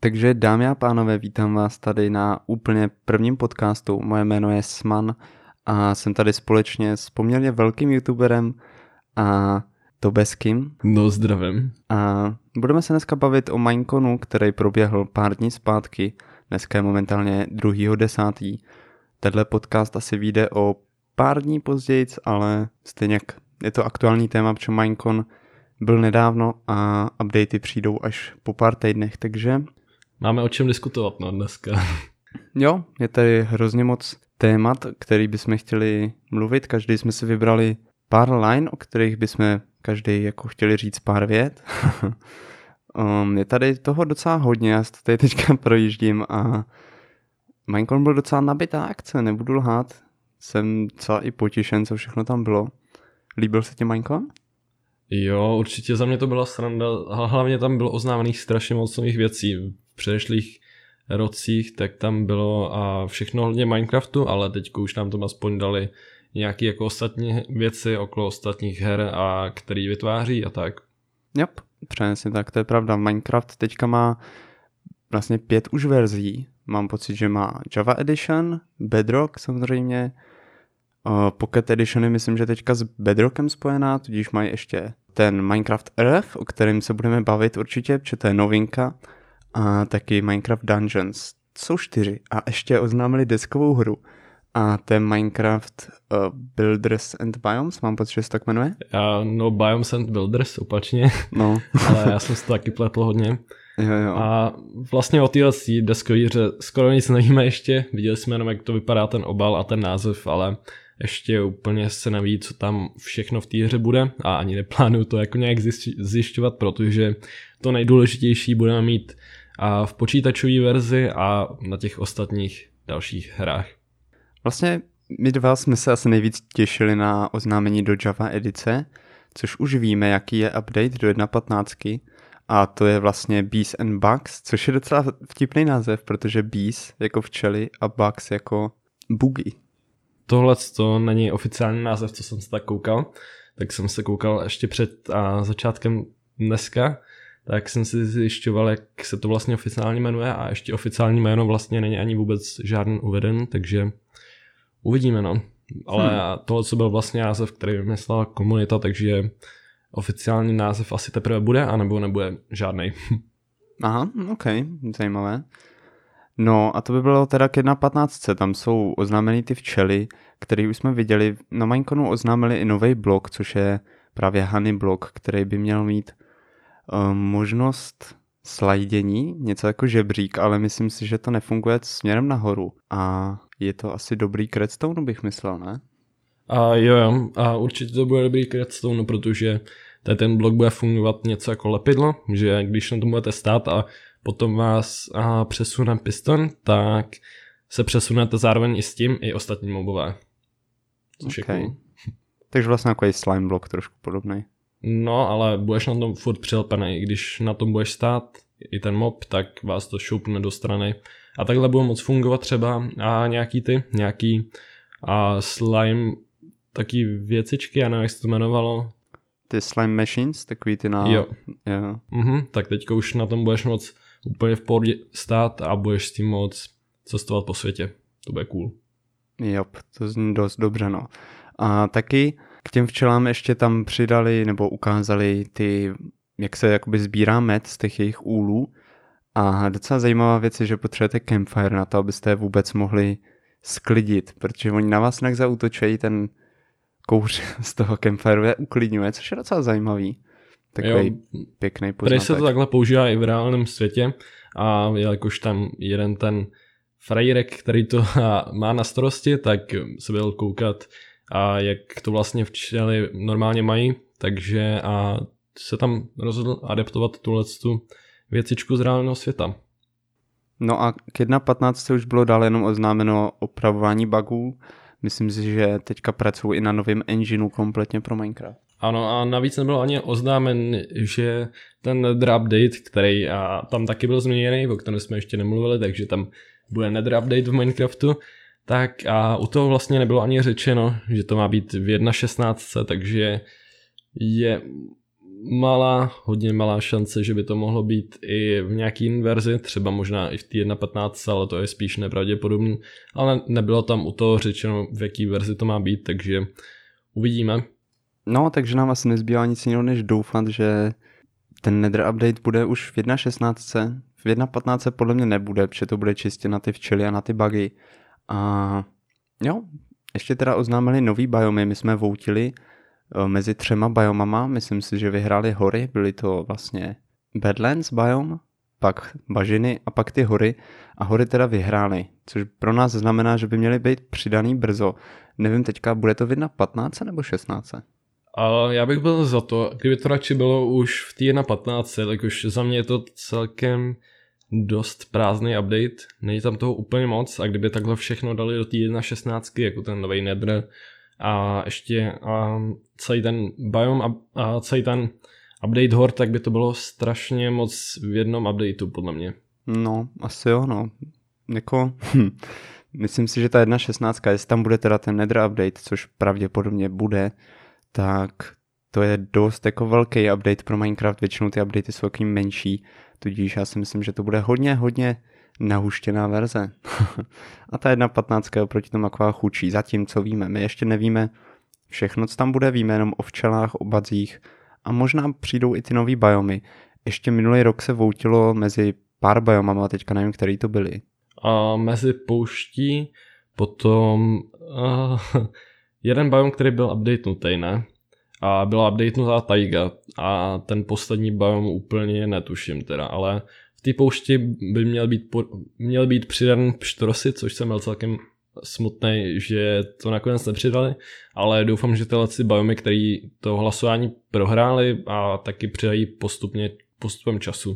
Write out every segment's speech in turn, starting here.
Takže dámy a pánové, vítám vás tady na úplně prvním podcastu. Moje jméno je Sman a jsem tady společně s poměrně velkým youtuberem a Tobeským. No, zdravím. A budeme se dneska bavit o Mineconu, který proběhl pár dní zpátky. Dneska je momentálně 2.10. Tenhle podcast asi vyjde o pár dní později, ale stejně je to aktuální téma, protože Minecon byl nedávno a updaty přijdou až po pár týdnech, takže... Máme o čem diskutovat dneska. Jo, je tady hrozně moc témat, který bychom chtěli mluvit. Každý jsme si vybrali pár line, o kterých bychom každý jako chtěli říct pár vět. Je tady toho docela hodně, já si to tady teďka projíždím a Minecon byl docela nabitá akce, nebudu lhát. Jsem docela i potěšen, co všechno tam bylo. Líbil se ti Minecon? Jo, určitě za mě to byla sranda. Hlavně tam bylo oznámených strašně moc nových věcí. V předešlých rocích tak tam bylo a všechno hodně Minecraftu, ale teď už nám tam aspoň dali nějaké jako ostatní věci okolo ostatních her, a který vytváří a tak. Yep, přesně tak, to je pravda. Minecraft teďka má vlastně 5 už verzí. Mám pocit, že má Java Edition, Bedrock samozřejmě, Pocket Edition je myslím, že teďka s Bedrockem spojená, tudíž mají ještě ten Minecraft Earth, o kterém se budeme bavit určitě, protože to je novinka, a taky Minecraft Dungeons. Jsou 4 a ještě oznámili deskovou hru. A to je Minecraft Builders and Biomes, mám pocit, že se tak jmenuje? No, Biomes and Builders, opačně. No. Ale já jsem si to taky pletl hodně. Jo. A vlastně o téhle deskové hře skoro nic nevíme ještě. Viděli jsme jenom, jak to vypadá ten obal a ten název, ale ještě úplně se neví, co tam všechno v té hře bude a ani neplánuju to jako nějak zjišťovat, protože to nejdůležitější budeme mít v počítačové verzi a na těch ostatních dalších hrách. Vlastně my dva jsme se asi nejvíc těšili na oznámení do Java edice, což už víme, jaký je update do 1.15. A to je vlastně Bees and Bugs, což je docela vtipný název, protože Bees jako včely a Bugs jako bugy. Tohle to není oficiální název, co jsem se tak koukal. Tak jsem se koukal ještě před začátkem dneska, tak jsem si zjišťoval, jak se to vlastně oficiálně jmenuje a ještě oficiální jméno vlastně není ani vůbec žádný uveden, takže uvidíme, no. Ale tohle, co byl vlastně název, který vymyslela komunita, takže oficiální název asi teprve bude, anebo nebude žádnej. Aha, ok, zajímavé. No a to by bylo teda k 1.15. Tam jsou oznámený ty včely, který už jsme viděli. Na Mineconu oznámili i nový blok, což je právě Honey blok, který by měl mít možnost slajdění, něco jako žebřík, ale myslím si, že to nefunguje směrem nahoru. A je to asi dobrý k redstone, bych myslel, ne? Jo, a určitě to bude dobrý k redstone, protože ten blok bude fungovat něco jako lepidlo, že když na tom budete stát a potom vás přesune piston, tak se přesunete zároveň i s tím i ostatní mobové. Což je cool. Takže vlastně takový slime blok trošku podobný. No, ale budeš na tom furt přilepený. Když na tom budeš stát i ten mob, tak vás to šoupne do strany. A takhle bude moc fungovat třeba nějaký slime, taky věcičky, já nevím, jak se to jmenovalo. Ty slime machines, takový ty na... Jo. Tak teďka už na tom budeš moc úplně v pohodě stát a budeš s tím moc cestovat po světě. To bude cool. Jo, to zní dost dobře, no. A taky k těm včelám ještě tam přidali nebo ukázali ty, jak se jakoby sbírá med z těch jejich úlů. A docela zajímavá věc je, že potřebujete campfire na to, abyste je vůbec mohli sklidit, protože oni na vás nějak zaútočejí, ten kouř z toho campfire je uklidňuje, což je docela zajímavý. Takový pěkný poznatek. Tady se to takhle používá i v reálném světě a jelikož tam jeden ten frajírek, který to má na starosti, tak se byl koukat, jak to vlastně včely normálně mají, takže se tam rozhodl adaptovat tu věcičku z reálného světa. No a k 1.15 už bylo dál jenom oznámeno opravování bugů. Myslím si, že teďka pracují i na novém engineu kompletně pro Minecraft. Ano, a navíc nebylo ani oznámen, že ten drop date, který tam taky byl změněný, o kterém jsme ještě nemluvili, takže tam bude nether update v Minecraftu, tak a u toho vlastně nebylo ani řečeno, že to má být v 1.16, takže je hodně malá šance, že by to mohlo být i v nějaký jiný verzi, třeba možná i v té 1.15, ale to je spíš nepravděpodobný, ale nebylo tam u toho řečeno, v jaký verzi to má být, takže uvidíme. No, takže nám asi nezbývá nic jiného, než doufat, že ten Nether update bude už v 1.16. V 1.15 podle mě nebude, protože to bude čistě na ty včely a na ty bugy. A jo, ještě teda oznámili nový biomy, my jsme voutili mezi 3 biomama, myslím si, že vyhráli hory, byly to vlastně Badlands biom, pak bažiny a pak ty hory a hory teda vyhrály, což pro nás znamená, že by měly být přidaný brzo. Nevím teďka, bude to v 1.15 nebo 16? A já bych byl za to, kdyby to radši bylo už v té 1.15, tak už za mě je to celkem dost prázdný update, není tam toho úplně moc a kdyby takhle všechno dali do té 1.16, jako ten nový Nether a ještě celý ten biome a celý ten update hor, tak by to bylo strašně moc v jednom updateu, podle mě. No, asi jo, no. Jako, myslím si, že ta 1.16, jestli tam bude teda ten Nether update, což pravděpodobně bude, tak to je dost jako velký update pro Minecraft, většinou ty updaty jsou takový menší, tudíž já si myslím, že to bude hodně nahuštěná verze. A ta 1.15 je oproti tomu taková chudší, zatím co víme. My ještě nevíme všechno, co tam bude, víme jenom o včelách, o badzích a možná přijdou i ty nový biomy. Ještě minulý rok se voutilo mezi pár biomama, teďka nevím, který to byly. A mezi pouští potom jeden biom, který byl updatenutý, ne? A byla updatenutá taiga a ten poslední biom úplně netuším teda, ale v té poušti by měl být přidaný pštrosy, což jsem byl celkem smutný, že to nakonec nepřidali, ale doufám, že tyhle biomy, které to hlasování prohráli a taky přidají postupem času.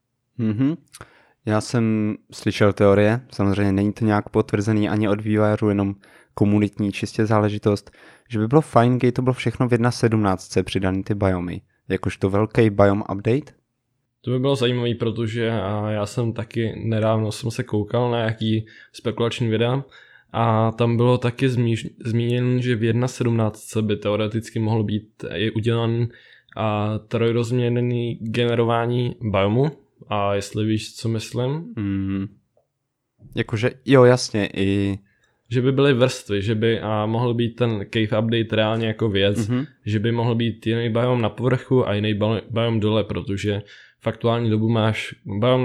Já jsem slyšel teorie, samozřejmě není to nějak potvrzený ani od vývojářů, jenom komunitní čistě záležitost, že by bylo fajn, kdyby to bylo všechno v 1.17 přidaný ty biomy, jakožto velký biome update. To by bylo zajímavý, protože já jsem taky nedávno jsem se koukal na nějaký spekulační videa a tam bylo taky zmíněno, že v 1.17 by teoreticky mohlo být i udělaný trojrozměrný generování biomu. A jestli víš, co myslím? Jakože, jo, jasně, i... Že by byly vrstvy, že by mohl být ten cave update reálně jako věc, že by mohl být jiný biom na povrchu a jiný biom dole, protože v aktuální dobu máš biom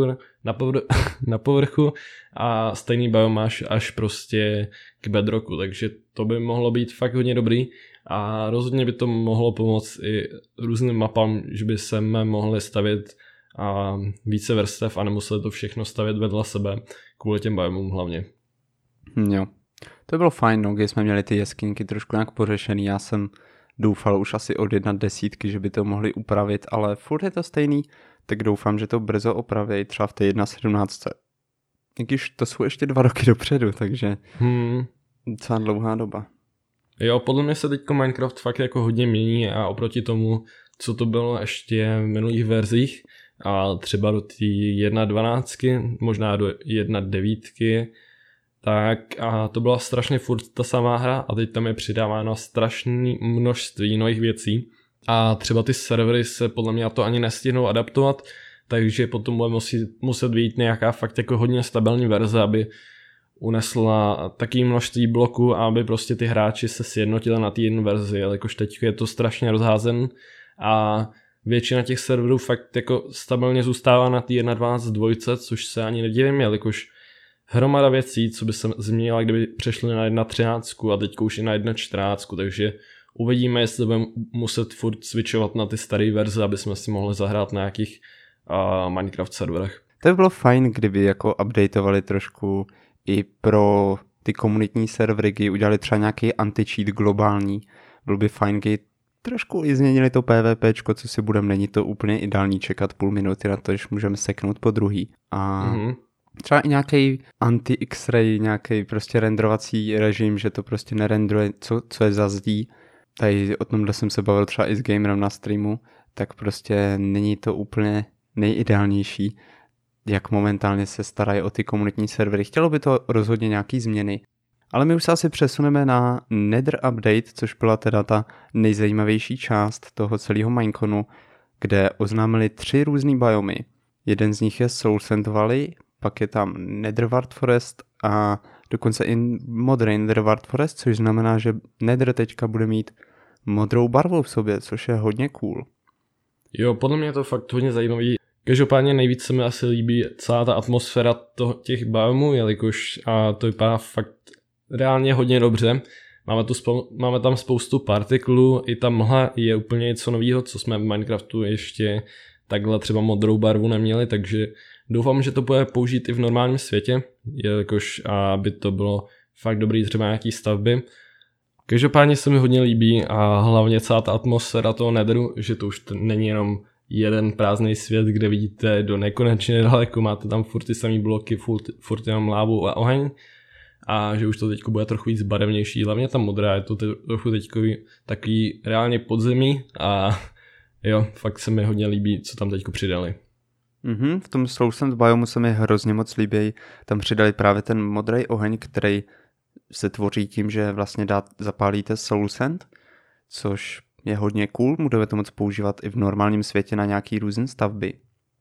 na povrchu a stejný biom máš až prostě k bedrocku, takže to by mohlo být fakt hodně dobrý a rozhodně by to mohlo pomoct i různým mapám, že by se mohli stavět a více vrstev a nemuseli to všechno stavět vedle sebe kvůli těm biomům hlavně. Jo, to bylo fajn, no, když jsme měli ty jeskyňky trošku nějak pořešený, já jsem doufal už asi od 1.10, že by to mohli upravit, ale furt je to stejný, tak doufám, že to brzo opraví třeba v té 1.17. I když to jsou ještě 2 roky dopředu, takže docela dlouhá doba. Jo, podle mě se teďko Minecraft fakt jako hodně mění a oproti tomu, co to bylo ještě v minulých verzích, a třeba do té 1.12, možná do 1.9, tak a to byla strašně furt ta samá hra a teď tam je přidáváno strašné množství nových věcí a třeba ty servery se podle mě na to ani nestihnou adaptovat, takže potom bude muset být nějaká fakt jako hodně stabilní verze, aby unesla takové množství bloků a aby prostě ty hráči se sjednotili na té jedné verzi, jakož teď je to strašně rozházen a většina těch serverů fakt jako stabilně zůstává na té 1.12.2, což se ani nedivím, jelikož hromada věcí, co by se změnila, kdyby přešli na 1.13 a teď už i na 1.14, takže uvidíme, jestli budeme muset furt switchovat na ty staré verze, aby jsme si mohli zahrát na nějakých Minecraft serverech. To by bylo fajn, kdyby jako updateovali trošku i pro ty komunitní servery, kdy udělali třeba nějaký anti-cheat globální. Byl by fajn, kdy trošku i změnili to PvPčko, co si budeme, není to úplně ideální čekat půl minuty na to, když můžeme seknout po druhý. A třeba i nějaký anti-X-ray, nějaký prostě renderovací režim, že to prostě nerendruje, co je za zdí. Tady o tomhle jsem se bavil třeba i s gamerem na streamu, tak prostě není to úplně nejideálnější, jak momentálně se starají o ty komunitní servery. Chtělo by to rozhodně nějaký změny. Ale my už se asi přesuneme na Nether Update, což byla teda ta nejzajímavější část toho celého Mineconu, kde oznámili 3 různý biomy. Jeden z nich je Soul Sand Valley, pak je tam Netherward Forest a dokonce i modrý Netherward Forest, což znamená, že Nether teďka bude mít modrou barvu v sobě, což je hodně cool. Jo, podle mě je to fakt hodně zajímavý. Každopádně nejvíc se mi asi líbí celá ta atmosféra těch biomů, jelikož to vypadá fakt reálně hodně dobře. Máme tam spoustu partiklů, i ta mlha je úplně něco nového, co jsme v Minecraftu ještě takhle třeba modrou barvu neměli, takže doufám, že to bude použít i v normálním světě, jelikož aby to bylo fakt dobrý třeba nějaký stavby. Každopádně se mi hodně líbí a hlavně celá ta atmosféra toho Netheru, že to už není jenom jeden prázdný svět, kde vidíte do nekonečně daleko, máte tam furt ty samý bloky, furt jenom lávu a oheň a že už to teď bude trochu víc barevnější, hlavně ta modrá, je to trochu teď takový reálně podzemí a jo, fakt se mi hodně líbí, co tam teď přidali. V tom Soul Sand biomu se mi hrozně moc líbí, tam přidali právě ten modrý oheň, který se tvoří tím, že vlastně zapálíte Soul Sand, což je hodně cool, budeme to moc používat i v normálním světě na nějaký různé stavby.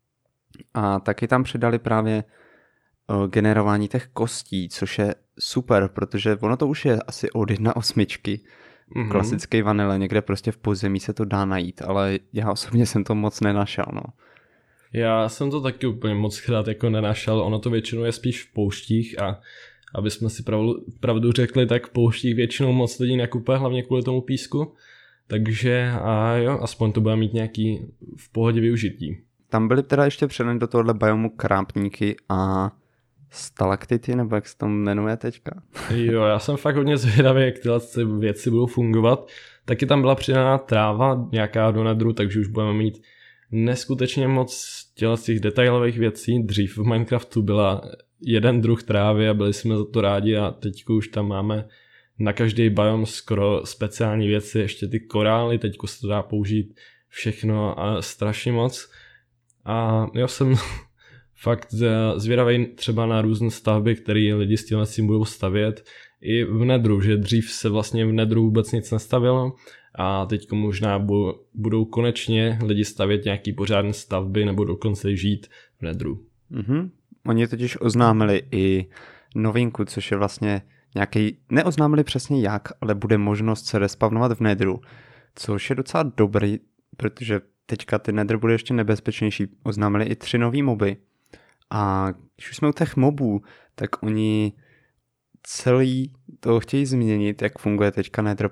A taky tam přidali právě generování těch kostí, což je super, protože ono to už je asi od 1/8 klasické vanile, někde prostě v podzemí se to dá najít, ale já osobně jsem to moc nenašel, no. Já jsem to taky úplně moc krát jako nenašel, ono to většinou je spíš v pouštích a aby jsme si pravdu řekli, tak v pouštích většinou moc lidí nekupuje, hlavně kvůli tomu písku, takže a jo, aspoň to bude mít nějaký v pohodě využití. Tam byly teda ještě předem do tohohle biomu krápníky a stalaktity, nebo jak se to jmenuje teďka? Jo, já jsem fakt hodně zvědavý, jak tyhle věci budou fungovat. Taky tam byla přidaná tráva nějaká do Netheru, takže už budeme mít neskutečně moc těch detailových věcí. Dřív v Minecraftu byla jeden druh trávy a byli jsme za to rádi a teď už tam máme na každý biom skoro speciální věci, ještě ty korály, teď se to dá použít všechno a strašně moc. A já jsem fakt zvědavý třeba na různé stavby, které lidi s tím budou stavět i v Netheru, že dřív se vlastně v Netheru vůbec nic nestavilo a teď možná budou konečně lidi stavět nějaký pořádné stavby nebo dokonce žít v Netheru. Oni totiž oznámili i novinku, což je vlastně nějaký, neoznámili přesně jak, ale bude možnost se respavnovat v Netheru, což je docela dobrý, protože teďka ty Nether bude ještě nebezpečnější. Oznámili i 3 nový moby. A když už jsme u těch mobů, tak oni celý to chtějí změnit, jak funguje teďka Nether,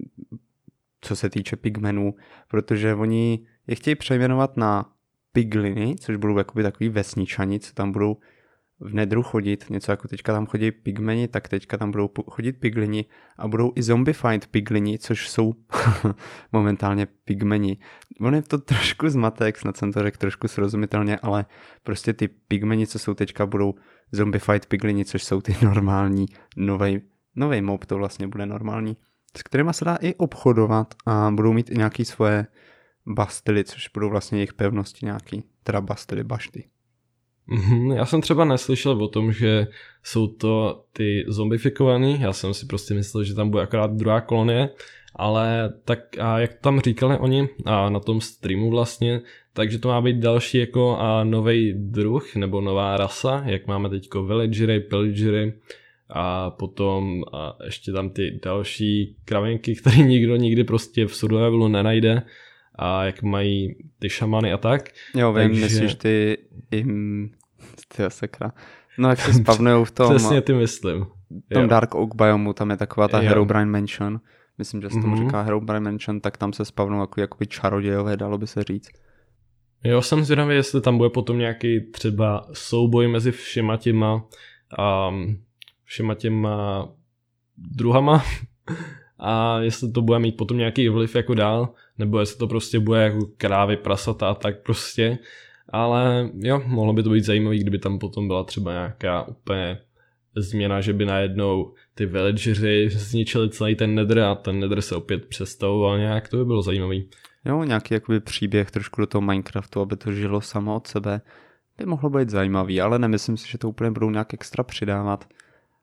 co se týče pigmenů, protože oni je chtějí přejmenovat na pigliny, což budou jakoby takový vesničani, co tam budou v Netheru chodit, něco jako teďka tam chodí pigmeni, tak teďka tam budou chodit piglini a budou i zombified piglini, což jsou momentálně pigmeni. On je to trošku zmatek, snad jsem to řekl trošku srozumitelně, ale prostě ty pigmeni, co jsou teďka, budou zombified piglini, což jsou ty normální, novej mob, to vlastně bude normální, s kterýma se dá i obchodovat a budou mít i nějaký svoje bastily, což budou vlastně jejich pevnosti nějaký, teda bastily, bašty. Já jsem třeba neslyšel o tom, že jsou to ty zombifikovaný, já jsem si prostě myslel, že tam bude akorát druhá kolonie, ale tak a jak tam říkali oni a na tom streamu vlastně, takže to má být další jako novej druh nebo nová rasa, jak máme teďko villagery, pillagery a potom ještě tam ty další kravinky, které nikdo nikdy prostě v survivalu nenajde a jak mají ty šamany a tak. Jo, vím, takže... myslíš ty sakra. No jak se spavnujou v tom... Přesně ty myslím. V tom Dark Oak biomu, tam je taková ta Herobrine Mansion. Myslím, že se tomu říká Herobrine Mansion, tak tam se spavnou jakoby čarodějové, dalo by se říct. Jo, jsem zvědavý, jestli tam bude potom nějaký třeba souboj mezi všema těma druhama a jestli to bude mít potom nějaký vliv jako dál, nebo jestli to prostě bude jako krávy, prasata a tak prostě. Ale jo, mohlo by to být zajímavý, kdyby tam potom byla třeba nějaká úplně změna, že by najednou ty villageři zničili celý ten Nether a ten Nether se opět přestavoval nějak, to by bylo zajímavý. Jo, nějaký jakoby příběh trošku do toho Minecraftu, aby to žilo samo od sebe, by mohlo být zajímavý, ale nemyslím si, že to úplně budou nějak extra přidávat.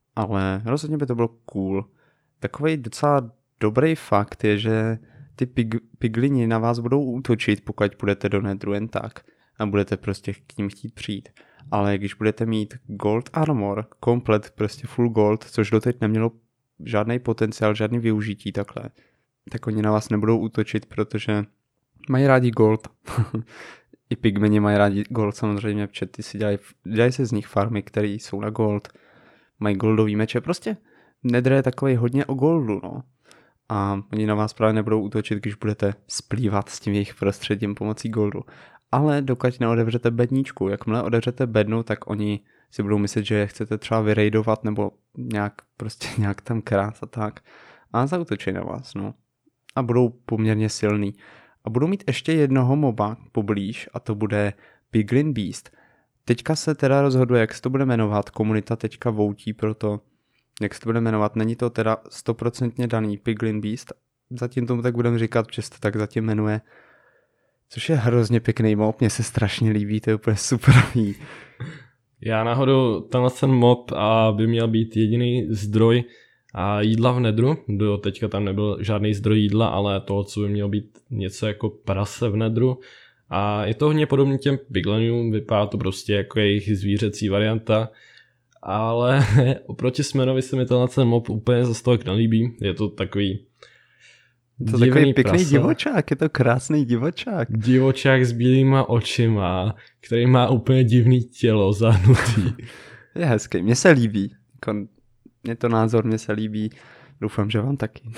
ale rozhodně by to bylo cool. Takový docela dobrý fakt je, že ty piglini na vás budou útočit, pokud půjdete do Netheru jen tak a budete prostě k ním chtít přijít. Ale když budete mít gold armor, komplet prostě full gold, což doteď nemělo žádný potenciál, žádný využití takhle, tak oni na vás nebudou útočit, protože mají rádi gold. I pigmeni mají rádi gold samozřejmě, protože ty si dělají se z nich farmy, které jsou na gold, mají goldový meče, prostě Nether je takový hodně o goldu, no. A oni na vás právě nebudou útočit, když budete splývat s tím jejich prostředím pomocí goldu. Ale dokud neodevřete bedničku, jakmile odevřete bednu, tak oni si budou myslet, že je chcete třeba vyraidovat nebo nějak tam krát a tak. A zaútočí na vás, no. A budou poměrně silný. A budou mít ještě jednoho moba poblíž a to bude Piglin Beast. Teďka se teda rozhoduje, jak se to bude jmenovat. Komunita teďka voutí pro to, jak se to bude jmenovat. Není to teda 100% daný Piglin Beast. Zatím tomu tak budeme říkat, že se to tak zatím jmenuje. Což je hrozně pěkný mob, mně se strašně líbí, to je úplně superový. Já náhodou ten mob by měl být jediný zdroj a jídla v Netheru. Do teďka tam nebyl žádný zdroj jídla, ale to, co by mělo být něco jako prase v Netheru. A je to hodně podobně těm piglinům, vypadá to prostě jako jejich zvířecí varianta. Ale oproti Smenovi se mi ten mob úplně zase tolik nelíbí. Je to takový takový pěkný divočák, je to krásný divočák. Divočák s bílýma očima, který má úplně divný tělo zahnutý. Je hezký, mně se líbí. Je to názor, mně se líbí. Doufám, že vám taky.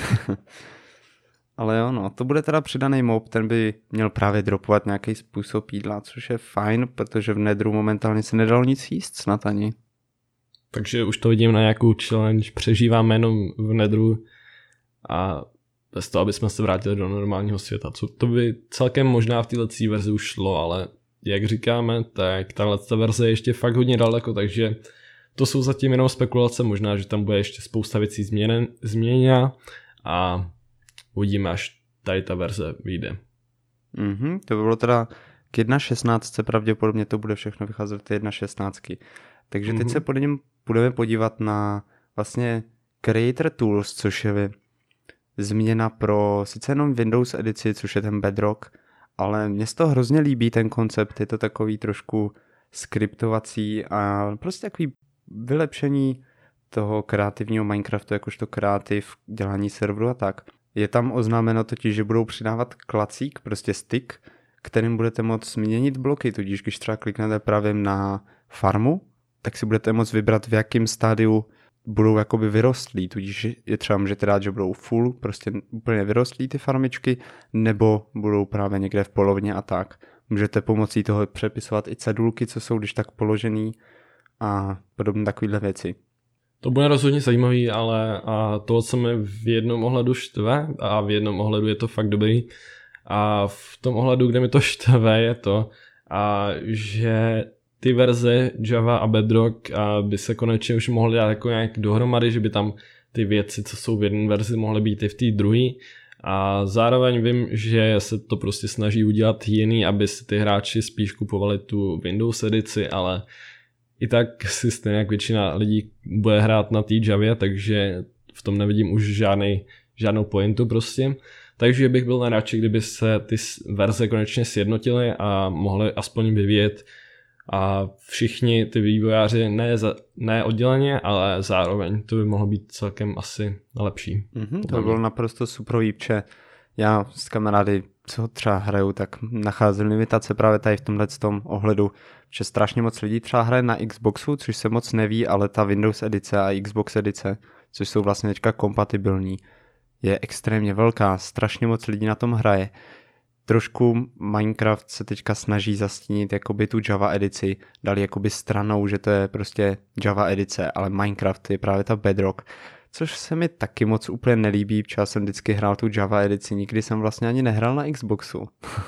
Ale jo, no, to bude teda přidaný mob, ten by měl právě dropovat nějaký způsob jídla, což je fajn, protože v Netheru momentálně se nedalo nic jíst snad ani. Takže už to vidím na nějakou challenge, přežíváme jenom v Netheru a bez toho, aby jsme se vrátili do normálního světa. Co to by celkem možná v této verzi už šlo, ale jak říkáme, tak tahle verze je ještě fakt hodně daleko, takže to jsou zatím jenom spekulace, možná, že tam bude ještě spousta věcí změněna a uvidíme, až tady ta verze vyjde. To by bylo teda k 1.16, pravděpodobně to bude všechno vycházet v té 1.16. Takže teď se budeme podívat na vlastně Creator Tools, což je změna pro sice jenom Windows edici, což je ten Bedrock, ale mně se to hrozně líbí ten koncept, je to takový trošku skriptovací a prostě takový vylepšení toho kreativního Minecraftu, jakožto kreativ, dělání serveru a tak. Je tam oznámeno totiž, že budou přidávat klacík, prostě stick, kterým budete moct měnit bloky, tudíž když třeba kliknete právě na farmu, tak si budete moct vybrat, v jakém stádiu budou jakoby vyrostlí, tudíž je třeba můžete dát, že budou full, prostě úplně vyrostlí ty farmičky, nebo budou právě někde v polovině a tak. Můžete pomocí toho přepisovat i cedulky, co jsou když tak položený a podobně takovýhle věci. To bude rozhodně zajímavý, ale to, co mi v jednom ohledu štve, a v jednom ohledu je to fakt dobrý, a v tom ohledu, kde mi to štve, je to, že ty verze Java a Bedrock by se konečně už mohly dát jako nějak dohromady, že by tam ty věci, co jsou v jedné verzi, mohly být i v té druhé. A zároveň vím, že se to prostě snaží udělat jiný, aby si ty hráči spíš kupovali tu Windows edici, ale i tak si stejně jak většina lidí bude hrát na té Javě, takže v tom nevidím už žádnou pointu prostě. Takže bych byl nejradši, kdyby se ty verze konečně sjednotily a mohly aspoň vyvíjet a všichni ty vývojáři ne odděleně, ale zároveň to by mohlo být celkem asi lepší. To by bylo naprosto super, protože já s kamarády, co třeba hraju, tak nacházím limitace právě tady v tomhletom ohledu, že strašně moc lidí třeba hraje na Xboxu, což se moc neví, ale ta Windows edice a Xbox edice, což jsou vlastně teďka kompatibilní, je extrémně velká, strašně moc lidí na tom hraje. Trošku Minecraft se teďka snaží zastínit jakoby tu Java edici, dali jakoby stranou, že to je prostě Java edice, ale Minecraft je právě ta Bedrock, což se mi taky moc úplně nelíbí, protože já jsem vždycky hrál tu Java edici, nikdy jsem vlastně ani nehrál na Xboxu,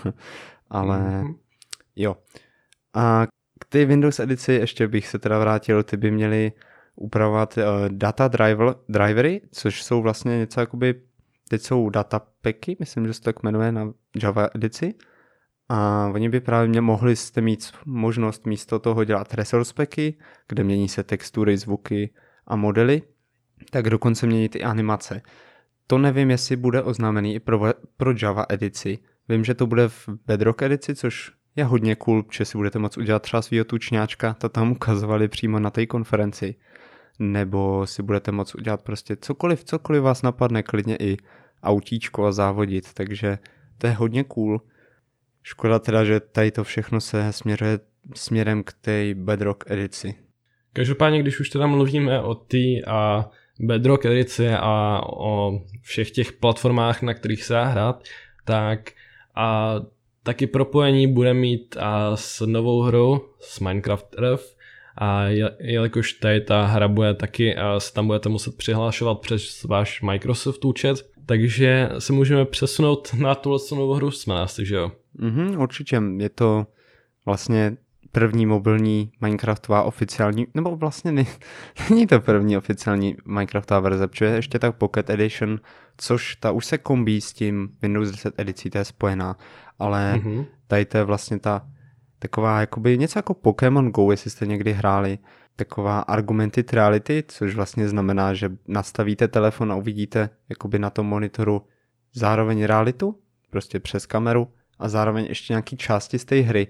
ale jo. A k té Windows edici ještě bych se teda vrátil, ty by měly upravovat data drivery, což jsou vlastně něco jakoby, teď jsou datapacky, myslím, že se to tak jmenuje na Java edici a oni by právě mohli jste mít možnost místo toho dělat resource packy, kde mění se textury, zvuky a modely, tak dokonce měnit i animace. To nevím, jestli bude oznámený i pro Java edici. Vím, že to bude v Bedrock edici, což je hodně cool, že si budete moct udělat třeba svýho tučňáčka, to tam ukazovali přímo na té konferenci. Nebo si budete moct udělat prostě cokoliv vás napadne, klidně i autíčko a závodit, takže to je hodně cool. Škoda teda, že tady to všechno se směruje směrem k té Bedrock edici. Každopádně, když už teda mluvíme o té a Bedrock edici a o všech těch platformách, na kterých se dá hrát, tak a taky propojení bude mít s novou hrou, s Minecraft Earth, a jelikož tady ta hra bude taky, se tam budete muset přihlašovat přes váš Microsoft účet, takže se můžeme přesunout na tuhle novou hru, jsme nás, že jo? Určitě, je to vlastně první mobilní Minecraftová oficiální, nebo vlastně není to první oficiální Minecraftová verze, protože je ještě tak Pocket Edition, což ta už se kombí s tím Windows 10 edicí, to je spojená, ale tady to je vlastně ta taková jakoby něco jako Pokémon Go, jestli jste někdy hráli, taková augmented reality, což vlastně znamená, že nastavíte telefon a uvidíte jakoby na tom monitoru zároveň realitu, prostě přes kameru a zároveň ještě nějaký části z té hry.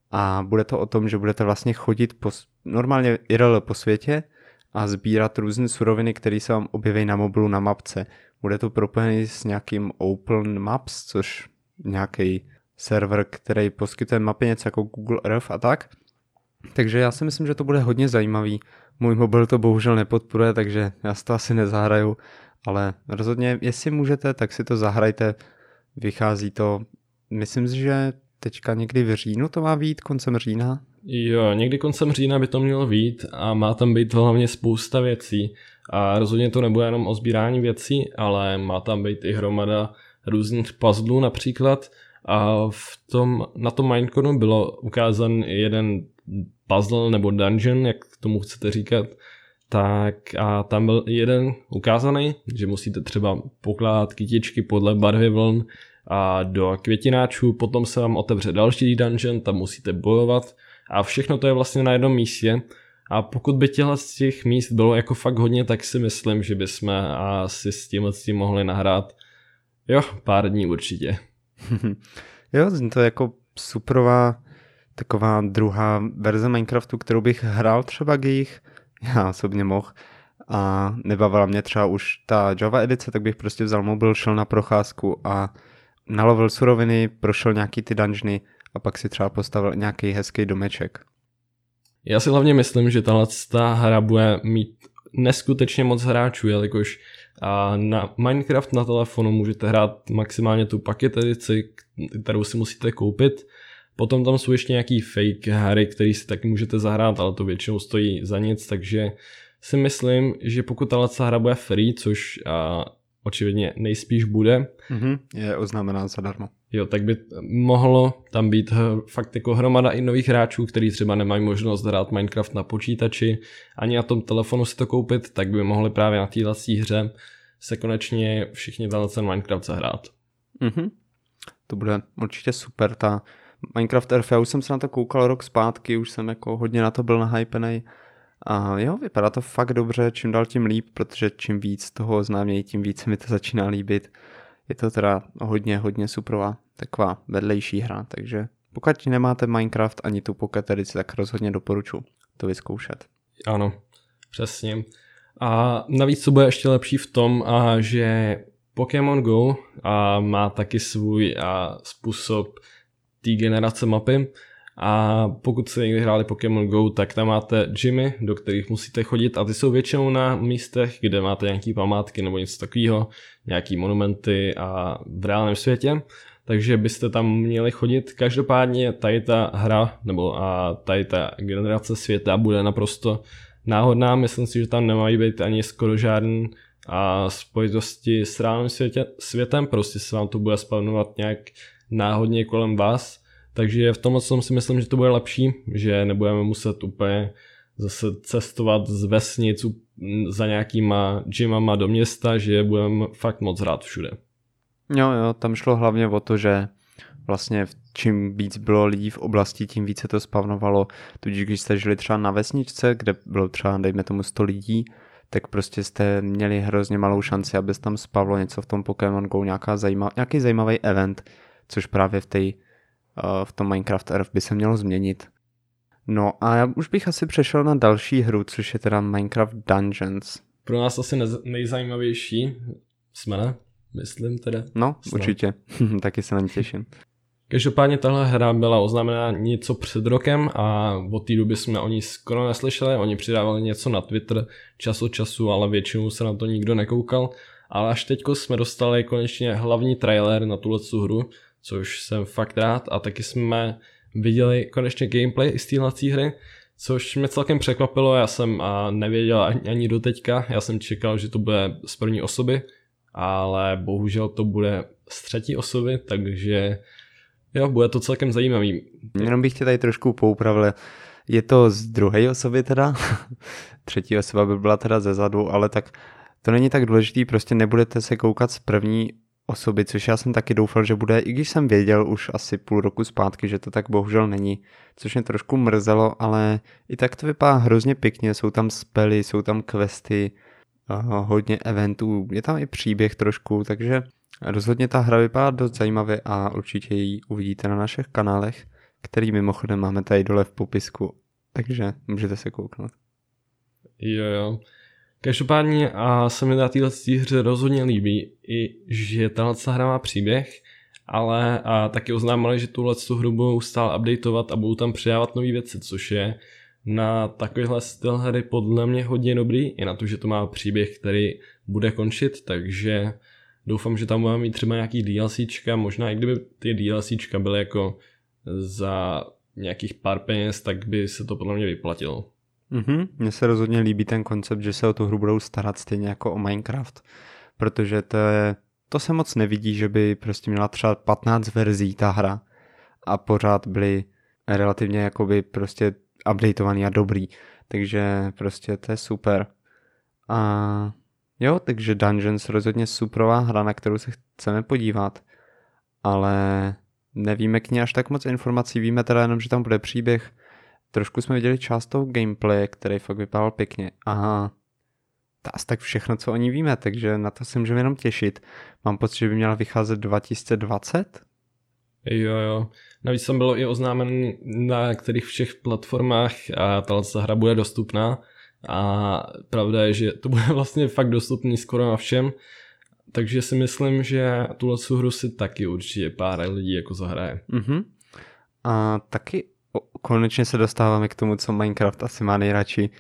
A bude to o tom, že budete vlastně chodit normálně IRL po světě a sbírat různé suroviny, které se vám objeví na mobilu na mapce. Bude to propojený s nějakým Open Maps, což nějaký server, který poskytuje mapy něco jako Google Earth a tak. Takže já si myslím, že to bude hodně zajímavý. Můj mobil to bohužel nepodporuje, takže já si to asi nezahraju, ale rozhodně, jestli můžete, tak si to zahrajte. Vychází to, myslím si, že teďka někdy v říjnu to má vyjít, koncem října? Jo, někdy koncem října by to mělo vyjít a má tam být hlavně spousta věcí. A rozhodně to nebude jenom o sbírání věcí, ale má tam být i hromada různých puzzlů například. A na tom Mineconu bylo ukázán jeden puzzle nebo dungeon, jak tomu chcete říkat. Tak a tam byl jeden ukázaný, že musíte třeba pokládat kytičky podle barvy vln a do květináčů, potom se vám otevře další dungeon, tam musíte bojovat a všechno to je vlastně na jednom místě. A pokud by těchto z těch míst bylo jako fakt hodně, tak si myslím, že bychom asi s tím mohli nahrát pár dní určitě. Jo, to je jako superová taková druhá verze Minecraftu, kterou bych hrál třeba jich, já osobně mohl. A nebavila mě třeba už ta Java edice, tak bych prostě vzal mobil, šel na procházku a nalovil suroviny, prošel nějaký ty dungeony a pak si třeba postavil nějaký hezký domeček. Já si hlavně myslím, že ta hra bude mít neskutečně moc hráčů, jelikož na Minecraft na telefonu můžete hrát maximálně tu Pocket edici, kterou si musíte koupit. Potom tam jsou ještě nějaký fake hry, které si taky můžete zahrát, ale to většinou stojí za nic, takže si myslím, že pokud ta hra bude free, což očividně nejspíš bude. Je oznámená zadarmo. Jo, tak by mohlo tam být fakt jako hromada i nových hráčů, kteří třeba nemají možnost hrát Minecraft na počítači, ani na tom telefonu si to koupit, tak by mohli právě na této hře se konečně všichni ten Minecraft zahrát. To bude určitě super, ta Minecraft Earth, já už jsem se na to koukal rok zpátky, už jsem jako hodně na to byl nahypenej. A jo, vypadá to fakt dobře, čím dál tím líp, protože čím víc toho známějí, tím víc mi to začíná líbit. Je to teda hodně superová, taková vedlejší hra, takže pokud nemáte Minecraft ani tu Pocket edici, tak rozhodně doporučuji to vyzkoušet. Ano, přesně. A navíc to bude ještě lepší v tom, že Pokémon Go má taky svůj způsob té generace mapy. A pokud jste někdy hráli Pokémon Go, tak tam máte gymy, do kterých musíte chodit a ty jsou většinou na místech, kde máte nějaký památky nebo něco takového, nějaký monumenty a v reálném světě, takže byste tam měli chodit. Každopádně tady ta hra nebo tady ta generace světa bude naprosto náhodná, myslím si, že tam nemají být ani skoro žádný spojitosti s reálným světem, prostě se vám to bude spawnovat nějak náhodně kolem vás. Takže v tomhle si myslím, že to bude lepší, že nebudeme muset úplně zase cestovat z vesnic za nějakýma gymama do města, že budeme fakt moc hrát všude. Jo, tam šlo hlavně o to, že vlastně čím víc bylo lidí v oblasti, tím více to spavnovalo. Tudíž když jste žili třeba na vesničce, kde bylo třeba, dejme tomu 100 lidí, tak prostě jste měli hrozně malou šanci, aby se tam spavlo něco v tom Pokémon Go, nějaký zajímavý event, což právě v tom Minecraft Earth by se mělo změnit. No a já už bych asi přešel na další hru, což je teda Minecraft Dungeons. Pro nás asi nejzajímavější jsme, ne? Myslím teda. No, určitě. Taky se na ně těším. Každopádně tahle hra byla oznámena něco před rokem a od té doby jsme o ní skoro neslyšeli. Oni přidávali něco na Twitter čas od času, ale většinou se na to nikdo nekoukal. Ale až teďko jsme dostali konečně hlavní trailer na tuhle hru, což jsem fakt rád, a taky jsme viděli konečně gameplay z téhle hry, což mě celkem překvapilo. Já jsem nevěděl ani do teďka, já jsem čekal, že to bude z první osoby, ale bohužel to bude z třetí osoby, takže jo, bude to celkem zajímavý. Jenom bych tě tady trošku poupravil. Je to z druhé osoby teda. Třetí osoba by byla teda ze zadu, ale tak to není tak důležitý, prostě nebudete se koukat z první osoby, což já jsem taky doufal, že bude, i když jsem věděl už asi půl roku zpátky, že to tak bohužel není, což mě trošku mrzelo, ale i tak to vypadá hrozně pěkně, jsou tam spely, jsou tam questy, hodně eventů, je tam i příběh trošku, takže rozhodně ta hra vypadá dost zajímavě a určitě ji uvidíte na našich kanálech, který mimochodem máme tady dole v popisku, takže můžete se kouknout. Jo. Každopádně se mi na této hře rozhodně líbí, i že tahle hra má příběh, ale taky oznámili, že tuhle hru budou stále updateovat a budou tam přidávat nové věci, což je na takovýhle styl hry podle mě hodně dobrý, i na to, že to má příběh, který bude končit, takže doufám, že tam budeme mít třeba nějaký DLCčka, možná i kdyby ty DLCčka byly jako za nějakých pár peněz, tak by se to podle mě vyplatilo. Mně se rozhodně líbí ten koncept, že se o tu hru budou starat stejně jako o Minecraft, protože to se moc nevidí, že by prostě měla třeba 15 verzí ta hra a pořád byly relativně jakoby prostě updateovaný a dobrý, takže prostě to je super. A jo, takže Dungeons rozhodně superová hra, na kterou se chceme podívat, ale nevíme k ní až tak moc informací, víme teda jenom, že tam bude příběh. Trošku jsme viděli část toho gameplaye, který fakt vypadal pěkně. A to asi tak všechno, co o ní víme, takže na to se můžeme jenom těšit. Mám pocit, že by měla vycházet 2020? Jo. Navíc tam bylo i oznámen, na kterých všech platformách a tato hra bude dostupná. A pravda je, že to bude vlastně fakt dostupný skoro na všem. Takže si myslím, že tuhle hru si taky určitě pár lidí jako zahraje. A taky konečně se dostáváme k tomu, co Minecraft asi má nejradši,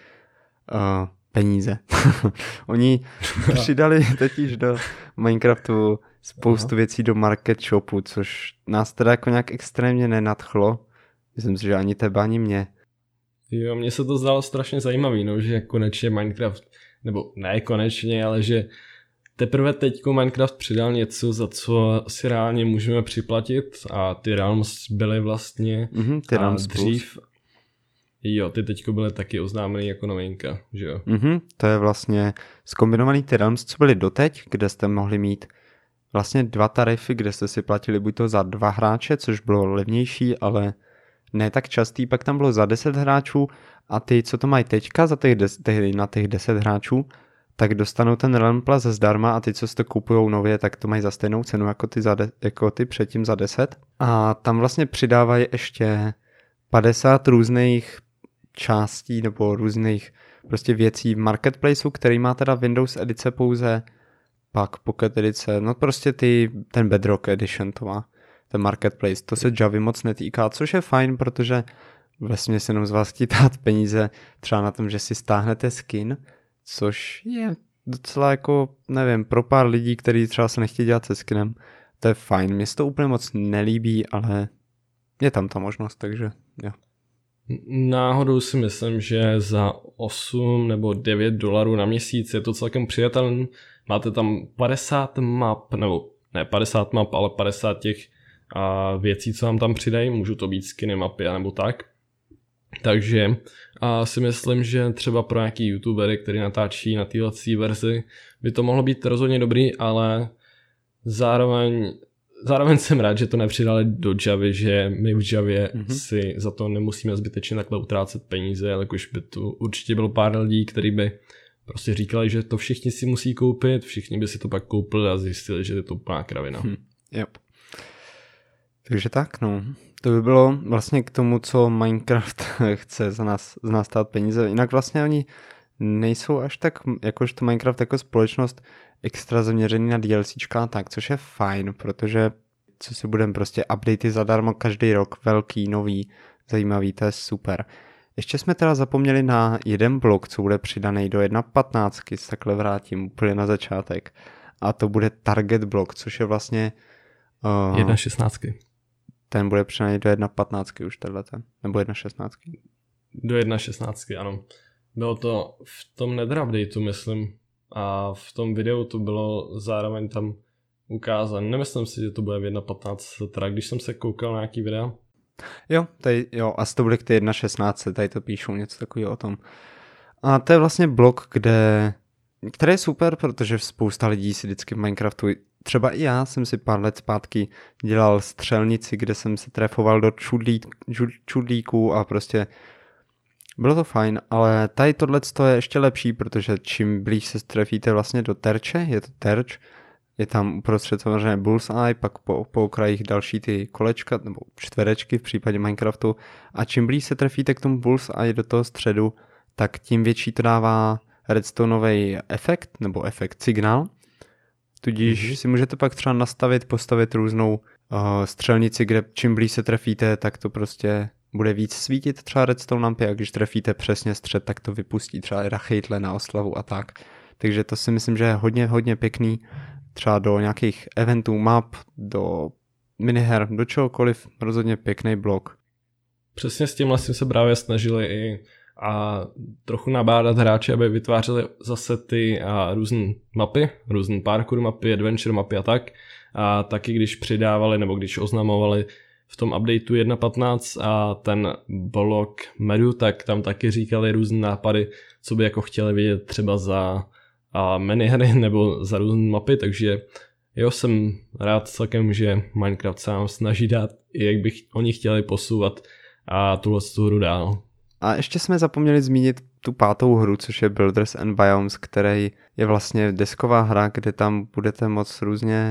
peníze. Oni přidali totiž do Minecraftu spoustu věcí do market shopu, což nás teda jako nějak extrémně nenadchlo. Myslím si, že ani tebe, ani mě. Jo, mně se to zdálo strašně zajímavý, no, že konečně Minecraft, nebo ne konečně, ale že teprve teďko Minecraft přidal něco, za co si reálně můžeme připlatit, a ty Realms byly vlastně ty Realms dřív. Plus. Jo, ty teďko byly taky oznámený jako novinka, že jo? To je vlastně zkombinovaný ty Realms, co byly doteď, kde jste mohli mít vlastně 2 tarify, kde jste si platili buď to za 2 hráče, což bylo levnější, ale ne tak častý, pak tam bylo za 10 hráčů a ty, co to mají teďka na těch 10 hráčů, tak dostanou ten Realm Plus zdarma a ty, co si to kupujou nově, tak to mají za stejnou cenu jako ty předtím za 10. A tam vlastně přidávají ještě 50 různých částí nebo různých prostě věcí v Marketplaceu, který má teda Windows edice pouze, pak Pocket edice, no prostě ten Bedrock Edition to má, ten Marketplace, to se Javy moc netýká, což je fajn, protože vlastně se jenom z vás chtít dát peníze třeba na tom, že si stáhnete skin, což je docela jako, nevím, pro pár lidí, kteří třeba se nechtějí dělat se skinem, to je fajn. Mně se to úplně moc nelíbí, ale je tam ta možnost, takže jo. Náhodou si myslím, že za 8 nebo 9 dolarů na měsíc je to celkem přijatelný. Máte tam 50 map, nebo ne 50 map, ale 50 těch věcí, co vám tam přidají. Můžou to být skiny, mapy nebo tak. Takže si myslím, že třeba pro nějaký youtubery, který natáčí na této verzi, by to mohlo být rozhodně dobrý, ale zároveň jsem rád, že to nepřidali do Javy, že my v Javě si za to nemusíme zbytečně takhle utrácet peníze, ale jakož by tu určitě bylo pár lidí, kteří by prostě říkali, že to všichni si musí koupit, všichni by si to pak koupili a zjistili, že je to úplná kravina. Yep. Takže tak, no. To by bylo vlastně k tomu, co Minecraft chce z nás stát peníze. Jinak vlastně oni nejsou až tak, jakožto Minecraft jako společnost extra zaměřený na DLCčka, tak, což je fajn, protože co si budeme, prostě updaty zadarmo každý rok, velký, nový, zajímavý, to je super. Ještě jsme teda zapomněli na jeden blok, co bude přidaný do 1.15, se takhle vrátím úplně na začátek. A to bude target blok, což je vlastně 1.16. Ten bude přidaný do 1.15 už tenhleten, nebo 1.16. Do 1.16, ano. Bylo to v tom Nether updateu, myslím, a v tom videu to bylo zároveň tam ukázán. Nemyslím si, že to bude v 1.15, teda když jsem se koukal na nějaký videa. Jo, asi to bude k té 1.16, tady to píšou něco takového o tom. A to je vlastně blok, který je super, protože spousta lidí si vždycky v Minecraftu, třeba i já jsem si pár let zpátky dělal střelnici, kde jsem se trefoval do čudlíků a prostě bylo to fajn, ale tady tohleto je ještě lepší, protože čím blíž se trefíte vlastně do terče, je to terč, je tam uprostřed samozřejmě bullseye, pak po okrajích další ty kolečka nebo čtverečky v případě Minecraftu a čím blíž se trefíte k tomu bullseye do toho středu, tak tím větší to dává redstoneový efekt nebo efekt signál. Tudíž si můžete pak třeba postavit různou střelnici, kde čím blíž se trefíte, tak to prostě bude víc svítit třeba redstone lampy a když trefíte přesně střed, tak to vypustí třeba rachejtle na oslavu a tak. Takže to si myslím, že je hodně pěkný třeba do nějakých eventů, map, do miniher, do čehokoliv, rozhodně pěkný blok. Přesně s tímhle jsme se právě snažili i a trochu nabádat hráče, aby vytvářeli zase ty různé mapy, různé parkour mapy, adventure mapy a tak. A taky když přidávali nebo když oznamovali v tom updateu 1.15 a ten blok medu, tak tam taky říkali různé nápady, co by jako chtěli vidět třeba za minihry nebo za různé mapy, takže jo, jsem rád celkem, že Minecraft se nám snaží dát, jak bych oni chtěli posouvat a tuhle hru dál. A ještě jsme zapomněli zmínit tu 5. hru, což je Builders and Biomes, který je vlastně desková hra, kde tam budete moct různě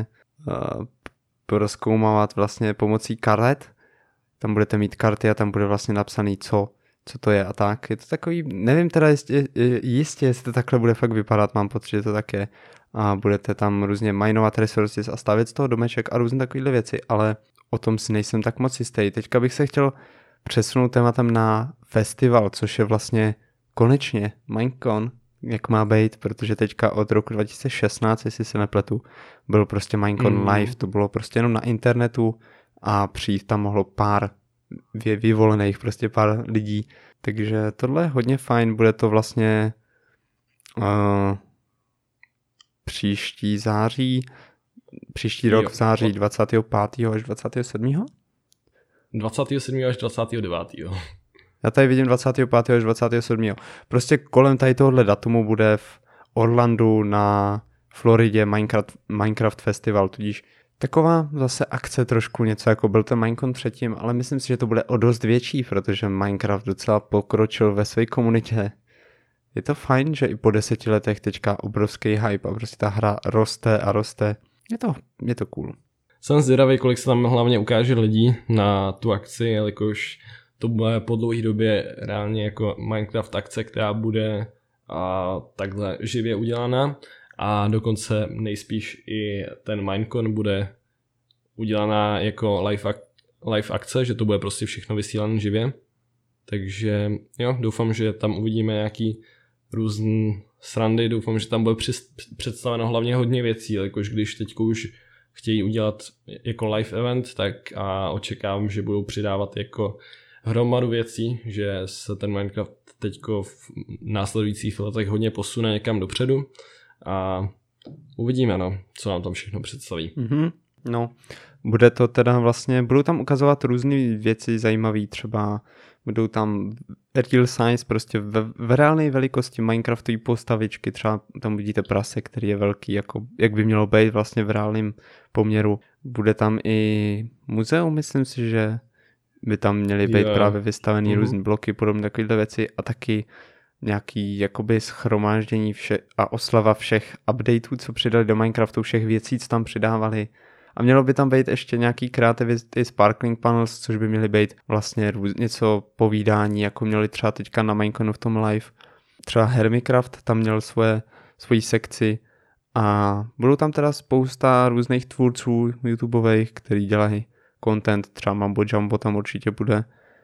prozkoumávat vlastně pomocí karet. Tam budete mít karty a tam bude vlastně napsaný, co to je a tak. Je to takový, nevím teda jistě, jestli to takhle bude fakt vypadat, mám pocit, že to tak je. A budete tam různě minovat resources a stavět z toho domeček a různé takovéhle věci, ale o tom si nejsem tak moc jistý. Teďka bych se chtěl přesunout tématem na festival, což je vlastně konečně Minecon, jak má být, protože teďka od roku 2016, jestli se nepletu, byl prostě Minecon live, to bylo prostě jenom na internetu a přijít tam mohlo pár vyvolených, prostě pár lidí, takže tohle je hodně fajn, bude to vlastně příští rok v září 25. až 27. 27. až 29. Já tady vidím 25. až 27. Prostě kolem tady tohohle datumu bude v Orlandu na Floridě Minecraft Festival, tudíž taková zase akce trošku něco jako byl ten Minecon předtím, ale myslím si, že to bude o dost větší, protože Minecraft docela pokročil ve své komunitě. Je to fajn, že i po 10 letech teďka obrovský hype a prostě ta hra roste a roste. Je to cool. Jsem zvědavý, kolik se tam hlavně ukáže lidí na tu akci, jelikož to bude po dlouhé době reálně jako Minecraft akce, která bude takhle živě udělaná a dokonce nejspíš i ten Minecon bude udělaná jako live akce, že to bude prostě všechno vysílané živě. Takže jo, doufám, že tam uvidíme nějaký různý srandy, doufám, že tam bude představeno hlavně hodně věcí, jakož když teď už chtějí udělat jako live event, tak a očekávám, že budou přidávat jako hromadu věcí, že se ten Minecraft teďko v následujících letech hodně posune někam dopředu a uvidíme, co nám tam všechno představí. No, bude to teda vlastně, budou tam ukazovat různé věci zajímavé, třeba budou tam real size, prostě v reálné velikosti Minecraftové postavičky, třeba tam vidíte prase, který je velký, jako jak by mělo být vlastně v reálném poměru. Bude tam i muzeum, myslím si, že by tam měly být právě vystavený různé bloky, podobné takovéhle věci a taky nějaký jakoby shromáždění a oslava všech updateů, co přidali do Minecraftu, všech věcí, co tam přidávali. A mělo by tam být ještě nějaký Creativity Sparkling Panels, což by měly být vlastně něco povídání, jako měli třeba teďka na Mineconu v tom live. Třeba Hermicraft tam měl svoji sekci a budou tam teda spousta různých tvůrců YouTubeových, který dělají content, třeba Mambo Jumbo tam určitě bude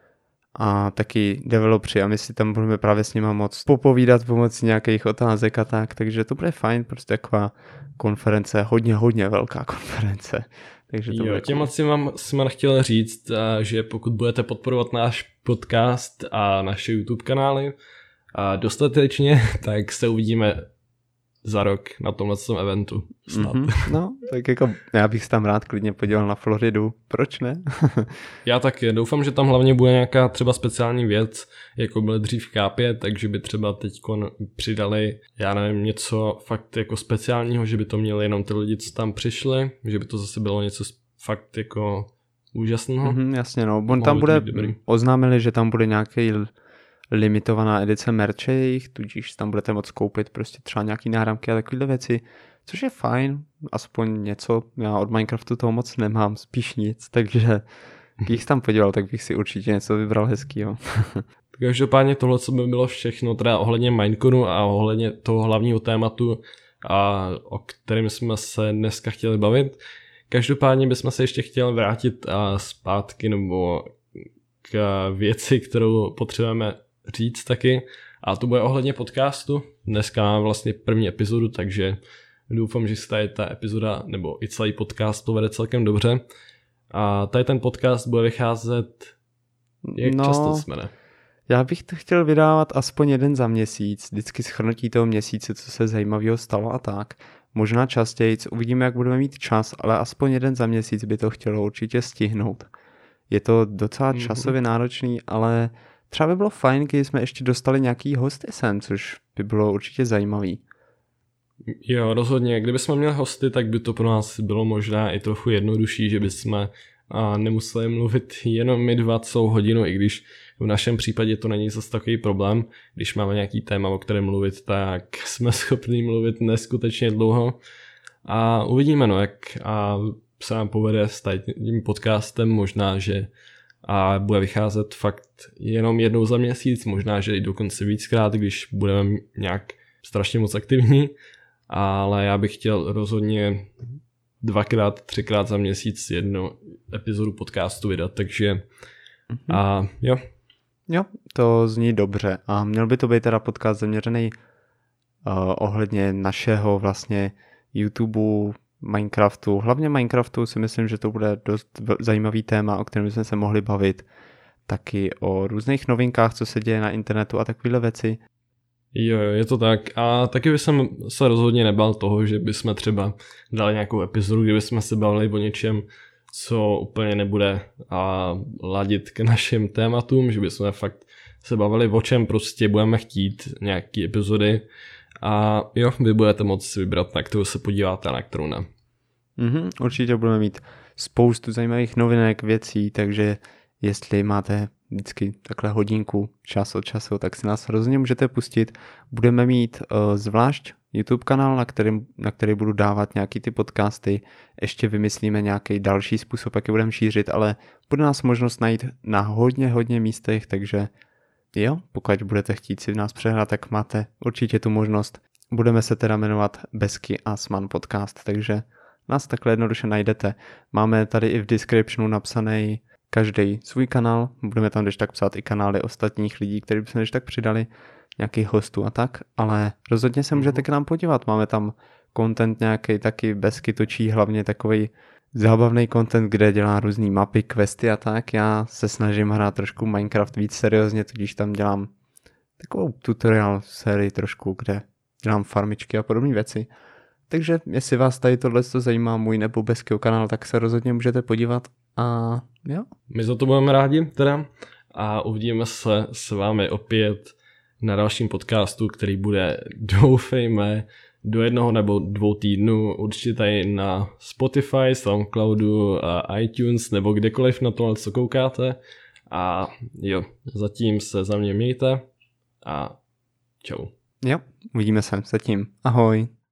a taky developři a my si tam budeme právě s nima moc popovídat pomocí nějakých otázek a tak, takže to bude fajn, prostě taková konference, hodně velká konference. Takže to jo, těm jsem chtěl říct, že pokud budete podporovat náš podcast a naše YouTube kanály dostatečně, tak se uvidíme za rok na tomhle eventu. Snad. No, tak jako já bych se tam rád klidně podíval na Floridu. Proč ne? Já taky. Doufám, že tam hlavně bude nějaká třeba speciální věc, jako byl dřív v K5, takže by třeba teď přidali, já nevím, něco fakt jako speciálního, že by to měli jenom ty lidi, co tam přišli, že by to zase bylo něco fakt jako úžasného. Jasně, no. Tam bude, oznámili, že tam bude nějaký limitovaná edice merče jejich, tudíž tam budete moct koupit prostě třeba nějaký náramky a takovéhle věci, což je fajn, aspoň něco, já od Minecraftu toho moc nemám, spíš nic, takže když tam podíval, tak bych si určitě něco vybral hezkýho. Každopádně tohle, co by bylo všechno, teda ohledně Mineconu a ohledně toho hlavního tématu, o kterém jsme se dneska chtěli bavit. Každopádně bychom se ještě chtěli vrátit zpátky nebo k věci, kterou potřebujeme říct taky. A to bude ohledně podcastu. Dneska máme vlastně první epizodu, takže doufám, že se tady ta epizoda nebo i celý podcast povede celkem dobře. A tady ten podcast bude vycházet jak často jsme, ne? Já bych to chtěl vydávat aspoň jeden za měsíc, vždycky shrnutí toho měsíce, co se zajímavého stalo a tak. Možná častěji, uvidíme, jak budeme mít čas, ale aspoň jeden za měsíc by to chtělo určitě stihnout. Je to docela časově náročný, ale třeba by bylo fajn, když jsme ještě dostali nějaký hosty sem, což by bylo určitě zajímavý. Jo, rozhodně. Kdybychom měli hosty, tak by to pro nás bylo možná i trochu jednodušší, že bychom nemuseli mluvit jenom my dva celou hodinu, i když v našem případě to není zase takový problém. Když máme nějaký téma, o kterém mluvit, tak jsme schopni mluvit neskutečně dlouho. A uvidíme, jak se nám povede s tím podcastem, možná, že bude vycházet fakt jenom jednou za měsíc, možná, že i dokonce víckrát, když budeme nějak strašně moc aktivní, ale já bych chtěl rozhodně 2x, 3x za měsíc jednu epizodu podcastu vydat, takže jo. Jo, to zní dobře a měl by to být teda podcast zaměřený ohledně našeho vlastně YouTube, Minecraftu. Hlavně Minecraftu si myslím, že to bude dost zajímavý téma, o kterém jsme se mohli bavit. Taky o různých novinkách, co se děje na internetu a takovéhle věci. Jo, je to tak. A taky bych se rozhodně nebál toho, že bychom třeba dali nějakou epizodu, kde bychom se bavili o něčem, co úplně nebude ladit k našim tématům, že bychom fakt se bavili o čem prostě budeme chtít nějaký epizody. A jo, vy budete moct vybrat, na kterou se podíváte a na kterou ne. Určitě budeme mít spoustu zajímavých novinek, věcí, takže jestli máte vždycky takhle hodinku čas od času, tak si nás rozhodně můžete pustit. Budeme mít zvlášť YouTube kanál, na který budu dávat nějaký ty podcasty. Ještě vymyslíme nějaký další způsob, jak je budeme šířit, ale bude nás možnost najít na hodně místech, takže jo, pokud budete chtít si v nás přehrát, tak máte určitě tu možnost. Budeme se teda jmenovat Besky a Sman podcast, takže nás takhle jednoduše najdete. Máme tady i v descriptionu napsaný každý svůj kanál, budeme tam když tak psát i kanály ostatních lidí, kteří by se když tak přidali, nějakých hostů a tak, ale rozhodně se můžete k nám podívat, máme tam content nějaký, taky Besky točí hlavně takový zábavný content, kde dělá různý mapy, questy a tak. Já se snažím hrát trošku Minecraft víc seriózně, tudíž tam dělám takovou tutorial sérii trošku, kde dělám farmičky a podobné věci. Takže jestli vás tady tohle zajímá, můj nebo Beskyho kanál, tak se rozhodně můžete podívat a jo. My za to budeme rádi teda a uvidíme se s vámi opět na dalším podcastu, který bude, doufejme, do 1 nebo 2 týdnů určitě tady na Spotify, Soundcloudu, iTunes nebo kdekoliv na tohle, co koukáte. A jo, zatím se za mě mějte a Čau. Jo, uvidíme se zatím. Ahoj.